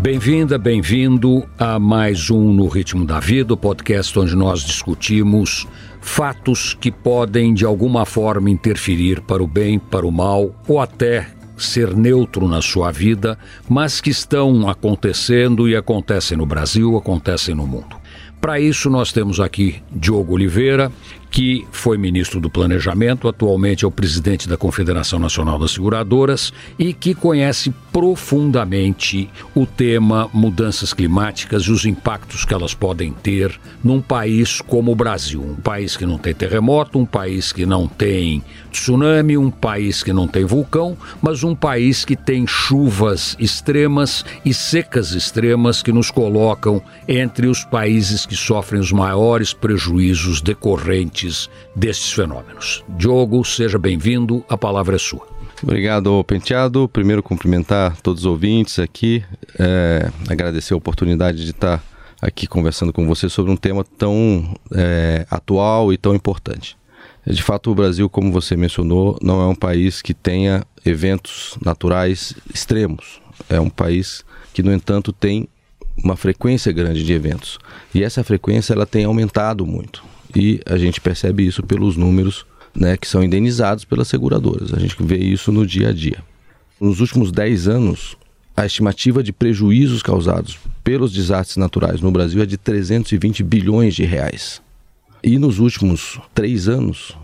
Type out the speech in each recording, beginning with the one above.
Bem-vinda, bem-vindo a mais um No Ritmo da Vida, o podcast onde nós discutimos fatos que podem de alguma forma interferir para o bem, para o mal ou até ser neutro na sua vida, mas que estão acontecendo e acontecem no Brasil, acontecem no mundo. Para isso nós temos aqui Diogo Oliveira, que foi ministro do Planejamento, atualmente é o presidente da Confederação Nacional das Seguradoras e que conhece profundamente o tema mudanças climáticas e os impactos que elas podem ter num país como o Brasil. Um país que não tem terremoto, um país que não tem tsunami, um país que não tem vulcão, mas um país que tem chuvas extremas e secas extremas que nos colocam entre os países que sofrem os maiores prejuízos decorrentes destes fenômenos. Diogo, seja bem-vindo, a palavra é sua. Obrigado, Penteado. Primeiro, cumprimentar todos os ouvintes aqui, agradecer a oportunidade de estar aqui conversando com você sobre um tema tão atual e tão importante. De fato, o Brasil, como você mencionou, não é um país que tenha eventos naturais extremos. É um país que, no entanto, tem uma frequência grande de eventos. E essa frequência ela tem aumentado muito. E a gente percebe isso pelos números, né, que são indenizados pelas seguradoras. A gente vê isso no dia a dia. Nos últimos 10 anos, a estimativa de prejuízos causados pelos desastres naturais no Brasil é de 320 bilhões de reais. E nos últimos 3 anos,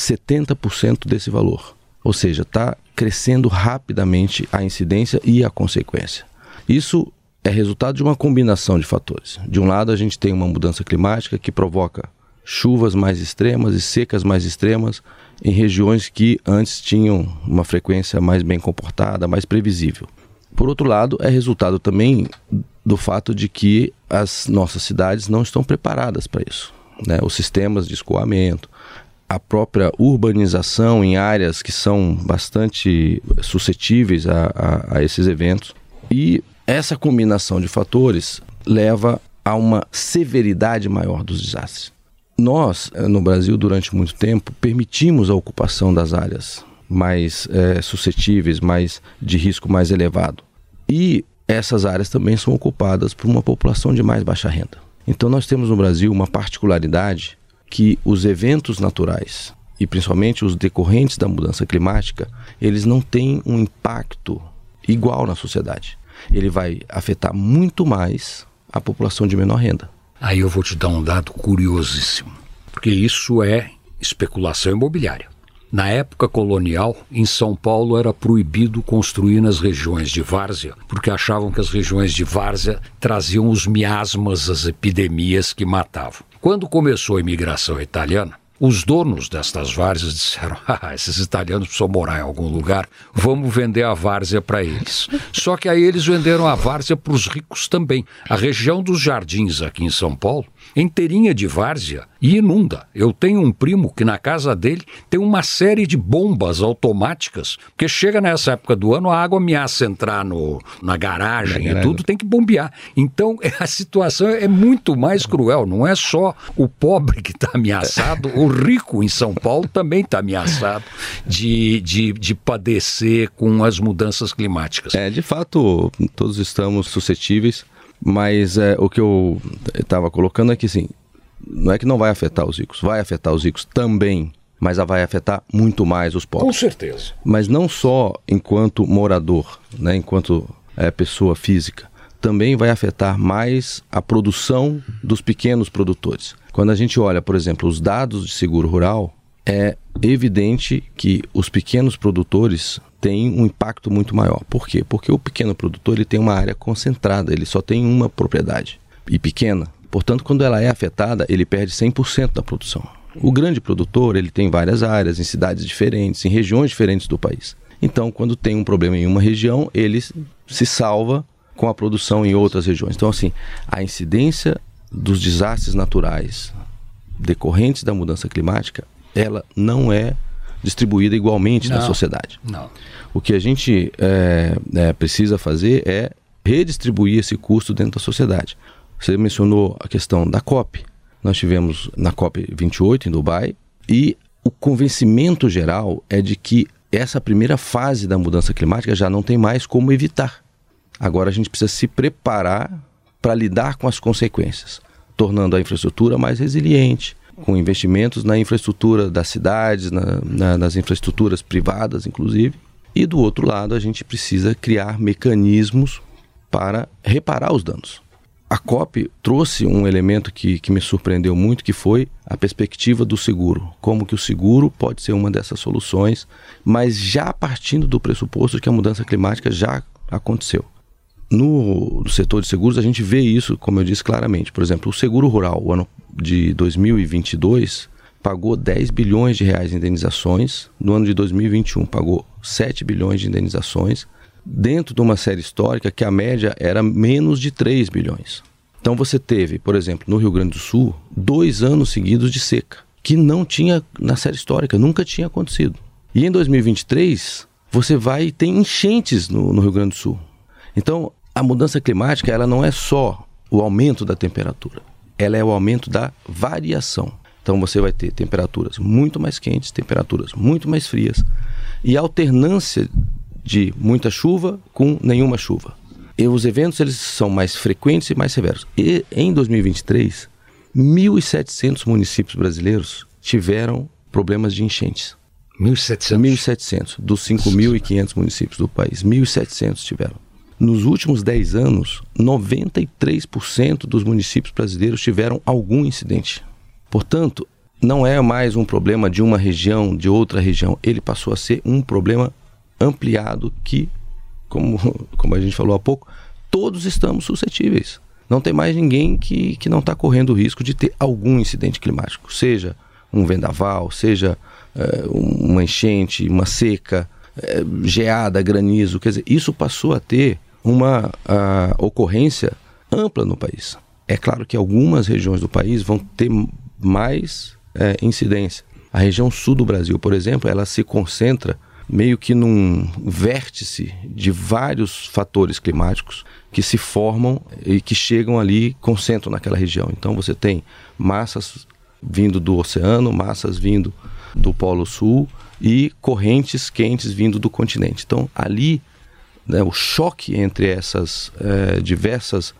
70% desse valor. Ou seja, está crescendo rapidamente a incidência e a consequência. Isso é resultado de uma combinação de fatores. De um lado, a gente tem uma mudança climática que provoca chuvas mais extremas e secas mais extremas em regiões que antes tinham uma frequência mais bem comportada, mais previsível. Por outro lado, é resultado também do fato de que as nossas cidades não estão preparadas para isso, né? Os sistemas de escoamento, a própria urbanização em áreas que são bastante suscetíveis a esses eventos. E essa combinação de fatores leva a uma severidade maior dos desastres. Nós, no Brasil, durante muito tempo, permitimos a ocupação das áreas mais suscetíveis, de risco mais elevado. E essas áreas também são ocupadas por uma população de mais baixa renda. Então nós temos no Brasil uma particularidade que os eventos naturais, e principalmente os decorrentes da mudança climática, eles não têm um impacto igual na sociedade. Ele vai afetar muito mais a população de menor renda. Aí eu vou te dar um dado curiosíssimo, porque isso é especulação imobiliária. Na época colonial, em São Paulo era proibido construir nas regiões de várzea, porque achavam que as regiões de várzea traziam os miasmas, as epidemias que matavam. Quando começou a imigração italiana, os donos destas várzeas disseram: esses italianos precisam morar em algum lugar, vamos vender a várzea para eles. Só que aí eles venderam a várzea para os ricos também. A região dos Jardins aqui em São Paulo, inteirinha de várzea e inunda. Eu tenho um primo que na casa dele tem uma série de bombas automáticas, porque chega nessa época do ano, a água ameaça entrar na garagem e tudo, tem que bombear. Então a situação é muito mais cruel, não é só o pobre que está ameaçado, o rico em São Paulo também está ameaçado de padecer com as mudanças climáticas. De fato, todos estamos suscetíveis, mas o que eu estava colocando é que, assim, não é que não vai afetar os ricos, vai afetar os ricos também, mas vai afetar muito mais os pobres. Com certeza. Mas não só enquanto morador, né, enquanto pessoa física, também vai afetar mais a produção dos pequenos produtores. Quando a gente olha, por exemplo, os dados de seguro rural, é evidente que os pequenos produtores têm um impacto muito maior. Por quê? Porque o pequeno produtor ele tem uma área concentrada, ele só tem uma propriedade e pequena. Portanto, quando ela é afetada, ele perde 100% da produção. O grande produtor ele tem várias áreas, em cidades diferentes, em regiões diferentes do país. Então, quando tem um problema em uma região, ele se salva com a produção em outras regiões. Então, assim, a incidência dos desastres naturais decorrentes da mudança climática, ela não é distribuída igualmente na sociedade. Não. O que a gente precisa fazer é redistribuir esse custo dentro da sociedade. Você mencionou a questão da COP. Nós tivemos na COP28 em Dubai e o convencimento geral é de que essa primeira fase da mudança climática já não tem mais como evitar. Agora a gente precisa se preparar para lidar com as consequências, tornando a infraestrutura mais resiliente, com investimentos na infraestrutura das cidades, nas infraestruturas privadas, inclusive. E do outro lado, a gente precisa criar mecanismos para reparar os danos. A COP trouxe um elemento que me surpreendeu muito, que foi a perspectiva do seguro. Como que o seguro pode ser uma dessas soluções, mas já partindo do pressuposto de que a mudança climática já aconteceu. No setor de seguros, a gente vê isso, como eu disse claramente. Por exemplo, o seguro rural, o ano de 2022, pagou 10 bilhões de reais em indenizações. No ano de 2021, pagou 7 bilhões de indenizações, dentro de uma série histórica que a média era menos de 3 bilhões. Então você teve, por exemplo, no Rio Grande do Sul, 2 anos seguidos de seca, que não tinha na série histórica, nunca tinha acontecido. E em 2023, você vai e tem enchentes no Rio Grande do Sul. Então, a mudança climática, ela não é só o aumento da temperatura, ela é o aumento da variação. Então você vai ter temperaturas muito mais quentes, temperaturas muito mais frias e alternância de muita chuva com nenhuma chuva. E os eventos, eles são mais frequentes e mais severos. E em 2023, 1.700 municípios brasileiros tiveram problemas de enchentes. 1.700 dos 5.500 municípios do país, 1.700 tiveram. Nos últimos 10 anos, 93% dos municípios brasileiros tiveram algum incidente. Portanto, não é mais um problema de uma região, de outra região. Ele passou a ser um problema ampliado que, como a gente falou há pouco, todos estamos suscetíveis. Não tem mais ninguém que não está correndo o risco de ter algum incidente climático. Seja um vendaval, seja uma enchente, uma seca, geada, granizo. Quer dizer, isso passou a ter uma ocorrência ampla no país. É claro que algumas regiões do país vão ter mais incidência. A região sul do Brasil, por exemplo, ela se concentra meio que num vértice de vários fatores climáticos que se formam e que chegam ali, concentram naquela região. Então você tem massas vindo do oceano, massas vindo do Polo Sul e correntes quentes vindo do continente. Então ali, né, o choque entre essas diversas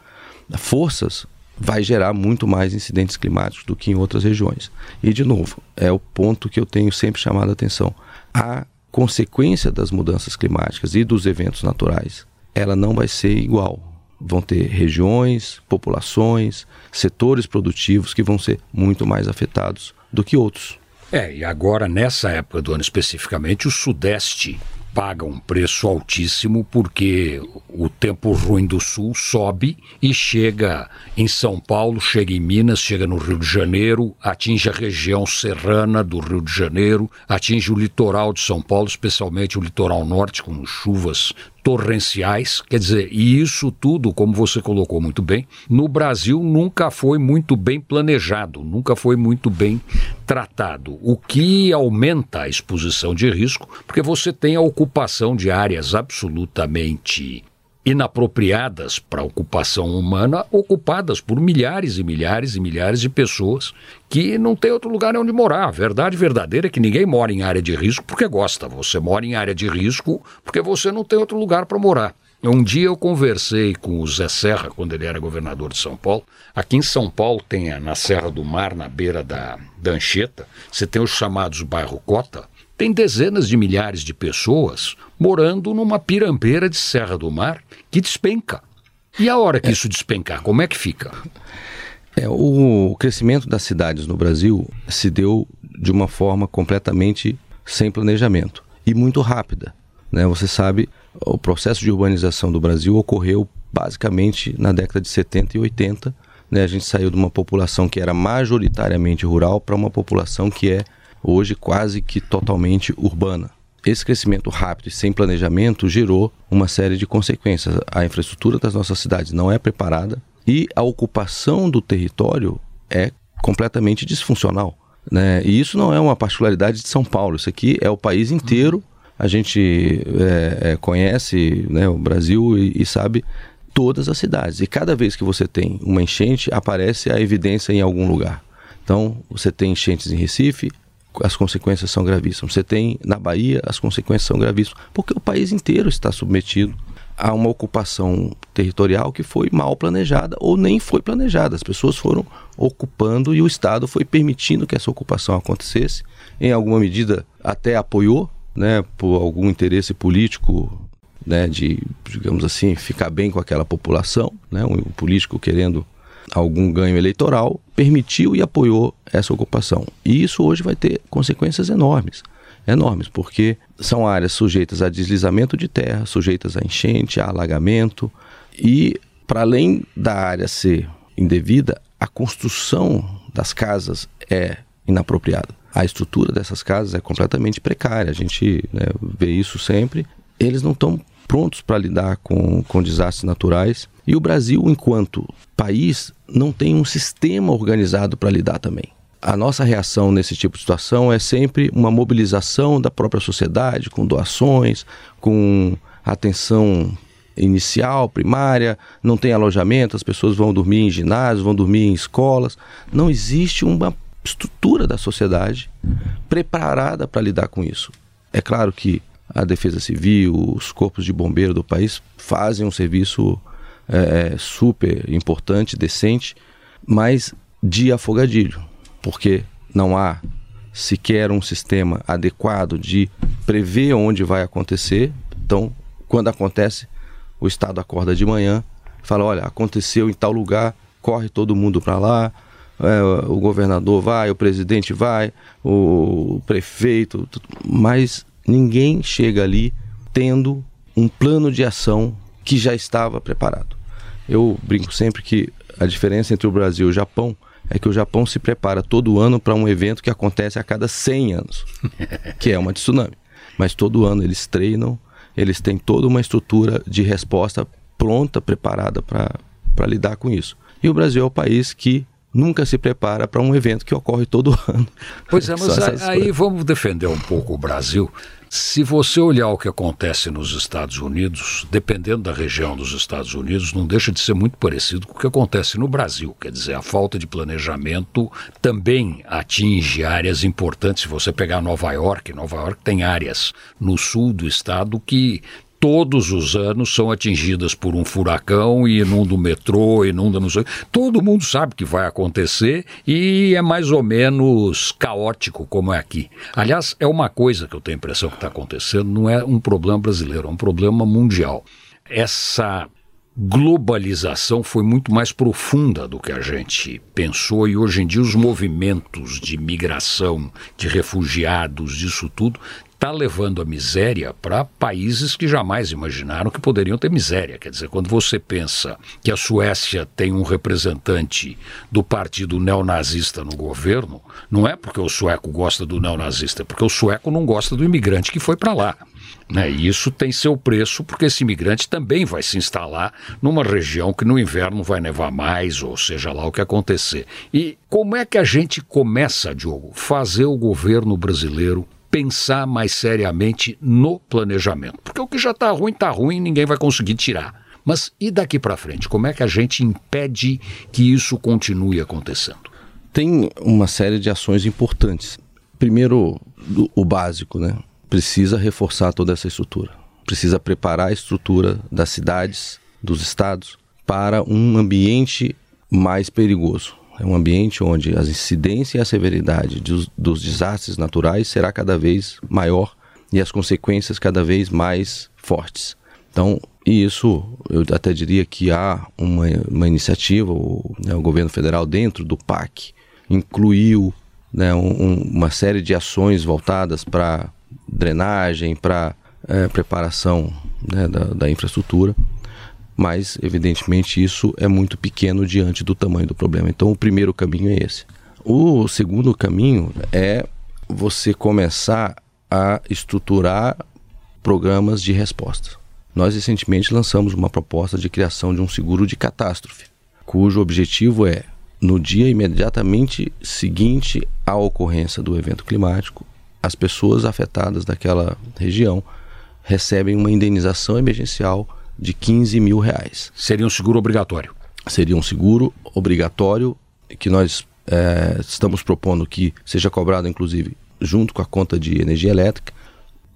forças vai gerar muito mais incidentes climáticos do que em outras regiões. E, de novo, é o ponto que eu tenho sempre chamado a atenção. A consequência das mudanças climáticas e dos eventos naturais, ela não vai ser igual. Vão ter regiões, populações, setores produtivos que vão ser muito mais afetados do que outros. E agora, nessa época do ano especificamente, o Sudeste paga um preço altíssimo porque o tempo ruim do Sul sobe e chega em São Paulo, chega em Minas, chega no Rio de Janeiro, atinge a região serrana do Rio de Janeiro, atinge o litoral de São Paulo, especialmente o litoral norte, com chuvas torrenciais. Quer dizer, e isso tudo, como você colocou muito bem, no Brasil nunca foi muito bem planejado, nunca foi muito bem tratado, o que aumenta a exposição de risco, porque você tem a ocupação de áreas absolutamente inapropriadas para a ocupação humana, ocupadas por milhares e milhares e milhares de pessoas que não tem outro lugar onde morar. A verdade verdadeira é que ninguém mora em área de risco porque gosta. Você mora em área de risco porque você não tem outro lugar para morar. Um dia eu conversei com o Zé Serra, quando ele era governador de São Paulo. Aqui em São Paulo tem na Serra do Mar, na beira da Anchieta, você tem os chamados bairro Cota. Tem dezenas de milhares de pessoas morando numa pirambeira de Serra do Mar que despenca. E a hora que isso despencar, como é que fica? O crescimento das cidades no Brasil se deu de uma forma completamente sem planejamento e muito rápida, né? Você sabe, o processo de urbanização do Brasil ocorreu basicamente na década de 70 e 80. Né? A gente saiu de uma população que era majoritariamente rural para uma população que é hoje quase que totalmente urbana. Esse crescimento rápido e sem planejamento gerou uma série de consequências. A infraestrutura das nossas cidades não é preparada e a ocupação do território é completamente disfuncional, né? E isso não é uma particularidade de São Paulo, isso aqui é o país inteiro. A gente conhece, né, o Brasil e sabe todas as cidades. E cada vez que você tem uma enchente, aparece a evidência em algum lugar. Então, você tem enchentes em Recife, as consequências são gravíssimas. Você tem na Bahia, as consequências são gravíssimas, porque o país inteiro está submetido a uma ocupação territorial que foi mal planejada ou nem foi planejada. As pessoas foram ocupando e o Estado foi permitindo que essa ocupação acontecesse. Em alguma medida até apoiou, né, por algum interesse político, né, de, digamos assim, ficar bem com aquela população, né, um político querendo algum ganho eleitoral, permitiu e apoiou essa ocupação. E isso hoje vai ter consequências enormes, porque são áreas sujeitas a deslizamento de terra, sujeitas a enchente, a alagamento, e para além da área ser indevida, a construção das casas é inapropriada. A estrutura dessas casas é completamente precária, a gente, né, vê isso sempre. Eles não estão prontos para lidar com desastres naturais, e o Brasil, enquanto país, não tem um sistema organizado para lidar também. A nossa reação nesse tipo de situação é sempre uma mobilização da própria sociedade, com doações, com atenção inicial, primária, não tem alojamento, as pessoas vão dormir em ginásios, vão dormir em escolas. Não existe uma estrutura da sociedade preparada para lidar com isso. É claro que a Defesa Civil, os corpos de bombeiro do país fazem um serviço super importante, decente, mas de afogadilho, porque não há sequer um sistema adequado de prever onde vai acontecer. Então, quando acontece, o Estado acorda de manhã, fala, olha, aconteceu em tal lugar, corre todo mundo para lá, o governador vai, o presidente vai, o prefeito, mas ninguém chega ali tendo um plano de ação que já estava preparado. Eu brinco sempre que a diferença entre o Brasil e o Japão é que o Japão se prepara todo ano para um evento que acontece a cada 100 anos, que é uma tsunami. Mas todo ano eles treinam, eles têm toda uma estrutura de resposta pronta, preparada para lidar com isso. E o Brasil é o país que nunca se prepara para um evento que ocorre todo ano. Pois é, mas aí vamos defender um pouco o Brasil. Se você olhar o que acontece nos Estados Unidos, dependendo da região dos Estados Unidos, não deixa de ser muito parecido com o que acontece no Brasil. Quer dizer, a falta de planejamento também atinge áreas importantes. Se você pegar Nova York tem áreas no sul do estado que todos os anos são atingidas por um furacão e inunda o metrô, inunda não sei. Todo mundo sabe que vai acontecer e é mais ou menos caótico como é aqui. Aliás, é uma coisa que eu tenho a impressão que está acontecendo, não é um problema brasileiro, é um problema mundial. Essa globalização foi muito mais profunda do que a gente pensou, e hoje em dia os movimentos de migração, de refugiados, disso tudo, está levando a miséria para países que jamais imaginaram que poderiam ter miséria. Quer dizer, quando você pensa que a Suécia tem um representante do partido neonazista no governo, não é porque o sueco gosta do neonazista, é porque o sueco não gosta do imigrante que foi para lá. Né? E isso tem seu preço, porque esse imigrante também vai se instalar numa região que no inverno vai nevar mais, ou seja lá o que acontecer. E como é que a gente começa, Diogo, fazer o governo brasileiro pensar mais seriamente no planejamento? Porque o que já está ruim, ninguém vai conseguir tirar. Mas e daqui para frente? Como é que a gente impede que isso continue acontecendo? Tem uma série de ações importantes. Primeiro, o básico, né? Precisa reforçar toda essa estrutura. Precisa preparar a estrutura das cidades, dos estados, para um ambiente mais perigoso. É um ambiente onde a incidência e a severidade dos desastres naturais será cada vez maior e as consequências cada vez mais fortes. Então, e isso, eu até diria que há uma iniciativa, o governo federal dentro do PAC incluiu, né, uma série de ações voltadas para drenagem, para preparação, né, da infraestrutura. Mas, evidentemente, isso é muito pequeno diante do tamanho do problema. Então, o primeiro caminho é esse. O segundo caminho é você começar a estruturar programas de resposta. Nós, recentemente, lançamos uma proposta de criação de um seguro de catástrofe, cujo objetivo é, no dia imediatamente seguinte à ocorrência do evento climático, as pessoas afetadas daquela região recebem uma indenização emergencial de R$15 mil. Seria um seguro obrigatório? Seria um seguro obrigatório que nós estamos propondo que seja cobrado, inclusive, junto com a conta de energia elétrica,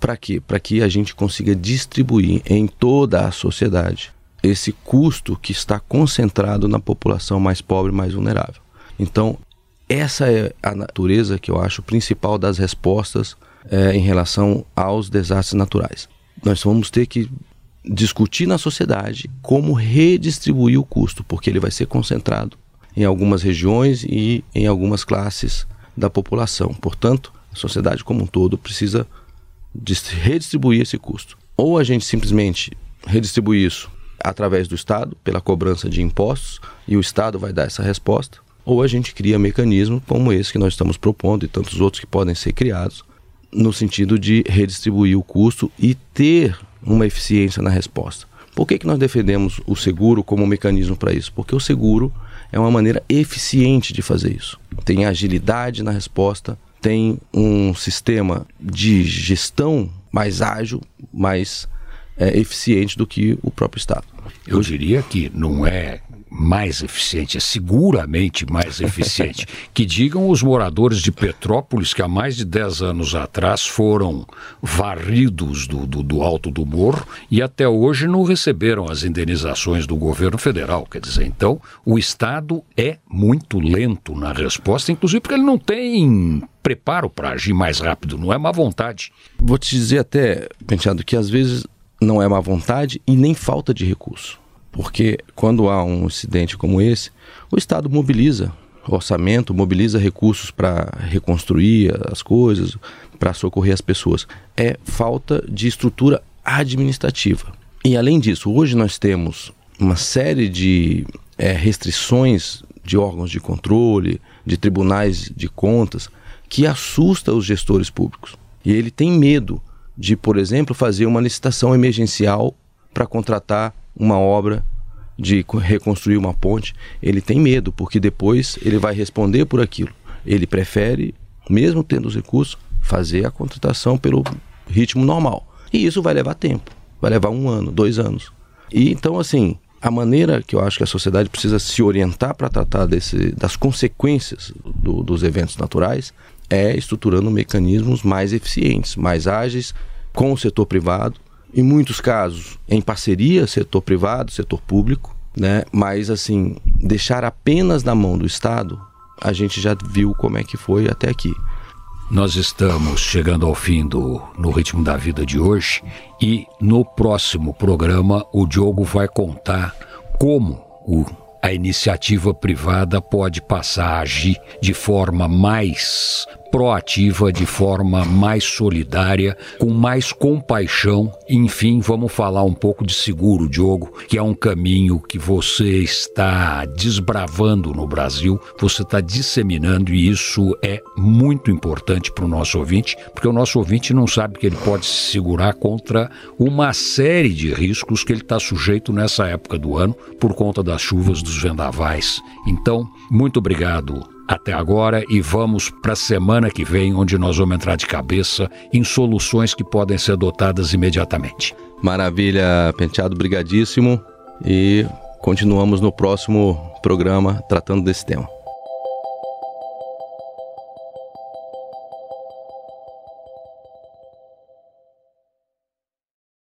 Para quê? Para que a gente consiga distribuir em toda a sociedade esse custo que está concentrado na população mais pobre, mais vulnerável. Então, essa é a natureza que eu acho principal das respostas em relação aos desastres naturais. Nós vamos ter que discutir na sociedade como redistribuir o custo, porque ele vai ser concentrado em algumas regiões e em algumas classes da população. Portanto, a sociedade como um todo precisa redistribuir esse custo. Ou a gente simplesmente redistribui isso através do Estado, pela cobrança de impostos, e o Estado vai dar essa resposta, ou a gente cria mecanismos como esse que nós estamos propondo e tantos outros que podem ser criados, no sentido de redistribuir o custo e ter uma eficiência na resposta. Por que nós defendemos o seguro como mecanismo para isso? Porque o seguro é uma maneira eficiente de fazer isso. Tem agilidade na resposta, tem um sistema de gestão mais ágil, mais eficiente do que o próprio Estado. Eu diria que não é mais eficiente, é seguramente mais eficiente. Que digam os moradores de Petrópolis que há mais de 10 anos atrás foram varridos do alto do morro e até hoje não receberam as indenizações do governo federal. Quer dizer, então, o Estado é muito lento na resposta, inclusive porque ele não tem preparo para agir mais rápido, não é má vontade. Vou te dizer até, Penteado, que às vezes não é má vontade e nem falta de recurso. Porque quando há um incidente como esse, o Estado mobiliza orçamento, mobiliza recursos para reconstruir as coisas, para socorrer as pessoas. É falta de estrutura administrativa. E além disso, hoje nós temos uma série de restrições de órgãos de controle, de tribunais de contas, que assusta os gestores públicos. E ele tem medo de, por exemplo, fazer uma licitação emergencial para contratar uma obra de reconstruir uma ponte. Ele tem medo, porque depois ele vai responder por aquilo. Ele prefere, mesmo tendo os recursos, fazer a contratação pelo ritmo normal. E isso vai levar tempo, vai levar 1 ano, 2 anos. E então, assim, a maneira que eu acho que a sociedade precisa se orientar para tratar das consequências dos eventos naturais é estruturando mecanismos mais eficientes, mais ágeis, com o setor privado, em muitos casos em parceria setor privado, setor público, né? Mas assim, deixar apenas na mão do Estado, a gente já viu como é que foi até aqui. Nós estamos chegando ao fim No Ritmo da Vida de hoje e no próximo programa o Diogo vai contar como a iniciativa privada pode passar a agir de forma mais proativa, de forma mais solidária, com mais compaixão. Enfim, vamos falar um pouco de seguro, Diogo, que é um caminho que você está desbravando no Brasil, você está disseminando, e isso é muito importante para o nosso ouvinte, porque o nosso ouvinte não sabe que ele pode se segurar contra uma série de riscos que ele está sujeito nessa época do ano, por conta das chuvas, dos vendavais. Então, muito obrigado até agora e vamos para a semana que vem, onde nós vamos entrar de cabeça em soluções que podem ser adotadas imediatamente. Maravilha, Penteado, brigadíssimo, e continuamos no próximo programa tratando desse tema.